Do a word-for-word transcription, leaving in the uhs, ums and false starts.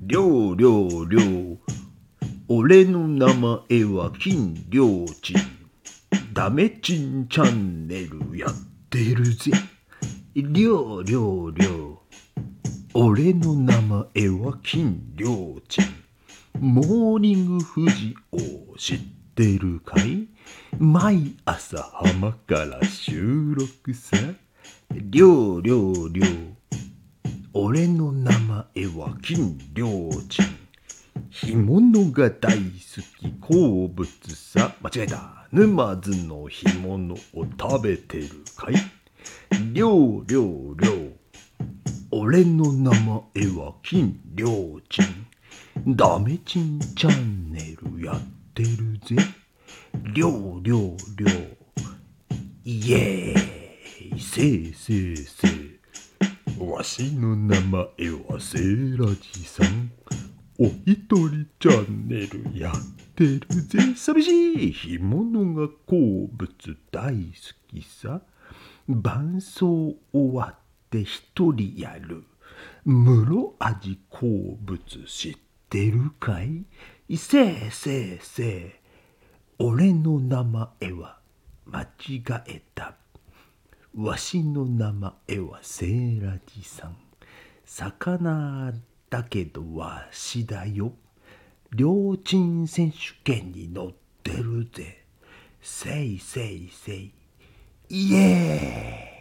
りょうりょうりょう。俺の名前は金良鎮。ダメチンチャンネルやってるぜ。りょうりょうりょう。俺の名前は金良鎮。モーニング富士を知ってるかい？毎朝浜から収録さ。りょうりょうりょう。俺の名前は金良鎮。干物が大好き好物さ。間違えた。沼津の干物を食べてるかい？りょうりょうりょう。俺の名前は金良鎮。ダメチンチャンネルやってるぜ。りょうりょうりょう。イエーイ。せいせいせい。わしの名前はセーラジさん。お一人チャンネルやってるぜ。寂しい。干物が好物大好きさ。伴奏終わって一人やる。室味好物知ってるかい？せいせいせい。俺の名前は間違えた。わしの名前はセーラジさん。魚だけどわしだよ。両鎮選手権に乗ってるぜ。せいせいせい。イエーイ。